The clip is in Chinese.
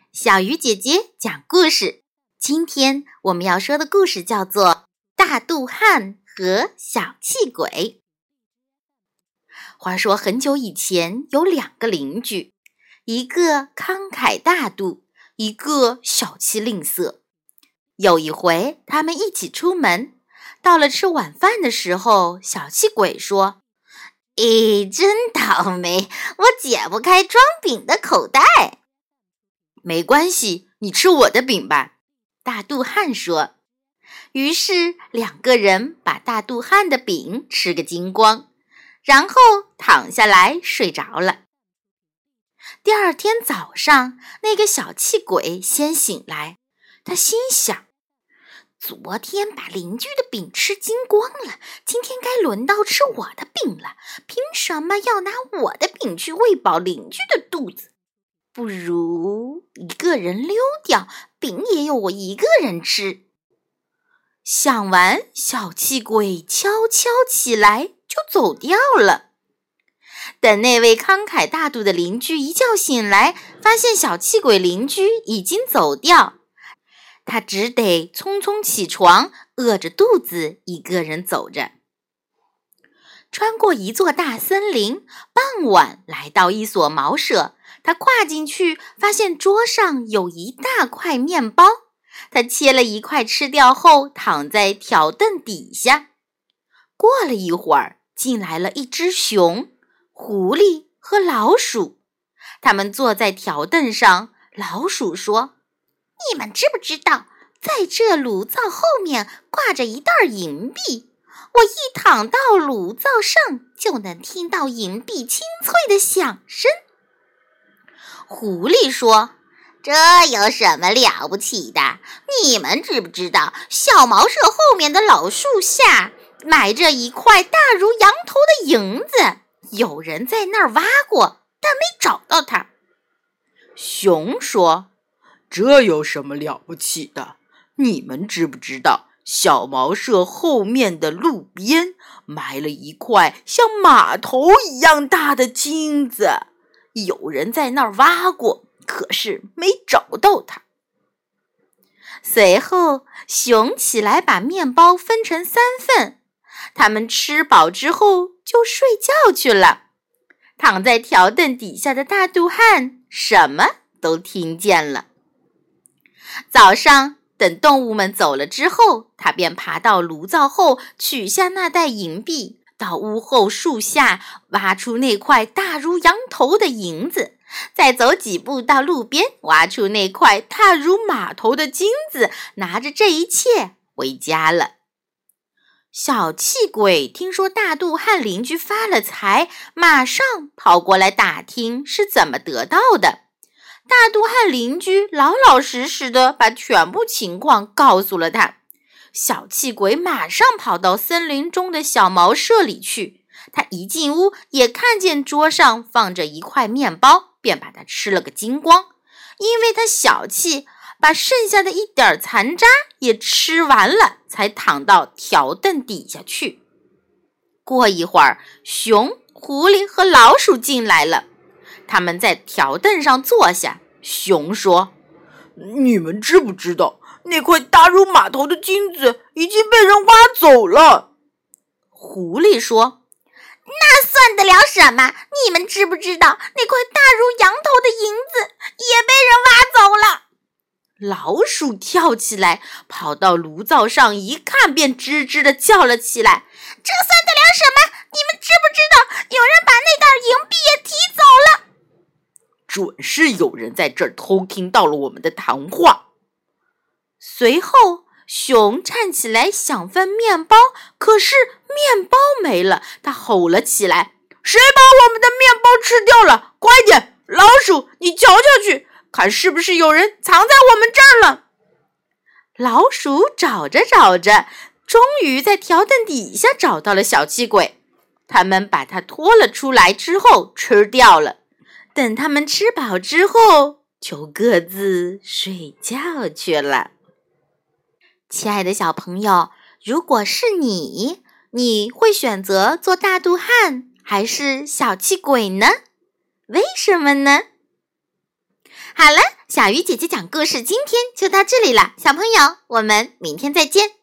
小鱼姐姐讲故事。今天我们要说的故事叫做《大肚汉和小气鬼》。话说很久以前，有两个邻居，一个慷慨大度，一个小气吝啬。有一回，他们一起出门，到了吃晚饭的时候，小气鬼说：“咦，真倒霉，我解不开装饼的口袋。”“没关系，你吃我的饼吧。”大肚汉说。于是两个人把大肚汉的饼吃个精光，然后躺下来睡着了。第二天早上，那个小气鬼先醒来，他心想：昨天把邻居的饼吃精光了，今天该轮到吃我的饼了，凭什么要拿我的饼去喂饱邻居的肚子？不如一个人溜掉，饼也有我一个人吃。想完，小气鬼悄悄起来就走掉了。等那位慷慨大度的邻居一觉醒来，发现小气鬼邻居已经走掉，他只得匆匆起床，饿着肚子一个人走着。穿过一座大森林，傍晚来到一所茅舍，他跨进去，发现桌上有一大块面包，他切了一块吃掉后，躺在条凳底下。过了一会儿，进来了一只熊、狐狸和老鼠，他们坐在条凳上。老鼠说：“你们知不知道，在这炉灶后面挂着一袋银币？我一躺到炉灶上，就能听到银币清脆的响声。”狐狸说：“这有什么了不起的？你们知不知道，小茅舍后面的老树下埋着一块大如羊头的银子，有人在那儿挖过，但没找到它。” 熊说：“这有什么了不起的？你们知不知道，小茅舍后面的路边埋了一块像码头一样大的金子，有人在那儿挖过，可是没找到它。” 随后，熊起来把面包分成3份，他们吃饱之后就睡觉去了。躺在条凳底下的大肚汉什么都听见了。早上，等动物们走了之后，他便爬到炉灶后，取下那袋银币，到屋后树下挖出那块大如羊头的银子，再走几步到路边，挖出那块大如码头的金子，拿着这一切回家了。小气鬼听说大肚汉邻居发了财，马上跑过来打听是怎么得到的。大肚汉邻居老老实实的把全部情况告诉了他。小气鬼马上跑到森林中的小茅舍里去，他一进屋也看见桌上放着一块面包，便把它吃了个精光。因为他小气，把剩下的一点残渣也吃完了，才躺到条凳底下去。过一会儿，熊、狐狸和老鼠进来了，他们在条凳上坐下。熊说：“ 你们知不知道，那块大如码头的金子已经被人挖走了？” 狐狸说：“那算得了什么？你们知不知道，那块大如羊头的银子也被人挖走了？”老鼠跳起来，跑到炉灶上一看，便吱吱地叫了起来：“这算得了什么？你们知不知道，有人把那袋银币也提走了？” 准是有人在这儿偷听到了我们的谈话。 随后，熊站起来想分面包，可是面包没了，他吼了起来：“ 谁把我们的面包吃掉了？快点！老鼠，你瞧瞧去，看是不是有人藏在我们这儿了。” 老鼠找着找着，终于在条凳底下找到了小气鬼。他们把它拖了出来之后吃掉了。等他们吃饱之后，就各自睡觉去了。亲爱的小朋友，如果是你会选择做大肚汉还是小气鬼呢？为什么呢？好了， 小鱼姐姐讲故事今天就到这里了，小朋友，我们明天再见。